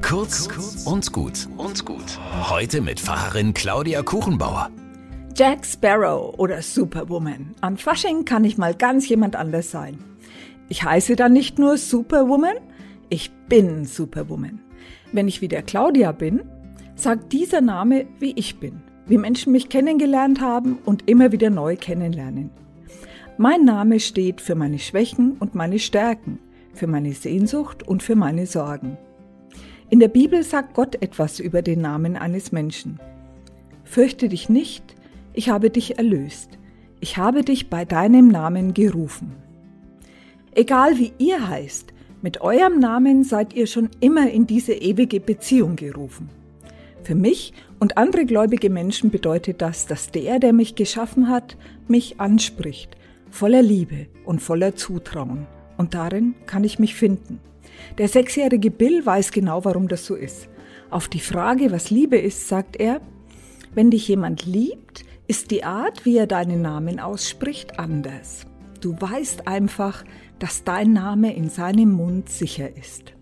Kurz und gut. Heute mit Pfarrerin Claudia Kuchenbauer. Jack Sparrow oder Superwoman. An Fasching kann ich mal ganz jemand anders sein. Ich heiße dann nicht nur Superwoman, ich bin Superwoman. Wenn ich wieder Claudia bin, sagt dieser Name, wie ich bin, wie Menschen mich kennengelernt haben und immer wieder neu kennenlernen. Mein Name steht für meine Schwächen und meine Stärken, für meine Sehnsucht und für meine Sorgen. In der Bibel sagt Gott etwas über den Namen eines Menschen. Fürchte dich nicht, ich habe dich erlöst. Ich habe dich bei deinem Namen gerufen. Egal wie ihr heißt, mit eurem Namen seid ihr schon immer in diese ewige Beziehung gerufen. Für mich und andere gläubige Menschen bedeutet das, dass der mich geschaffen hat, mich anspricht, voller Liebe und voller Zutrauen. Und darin kann ich mich finden. Der 6-jährige Bill weiß genau, warum das so ist. Auf die Frage, was Liebe ist, sagt er, wenn dich jemand liebt, ist die Art, wie er deinen Namen ausspricht, anders. Du weißt einfach, dass dein Name in seinem Mund sicher ist.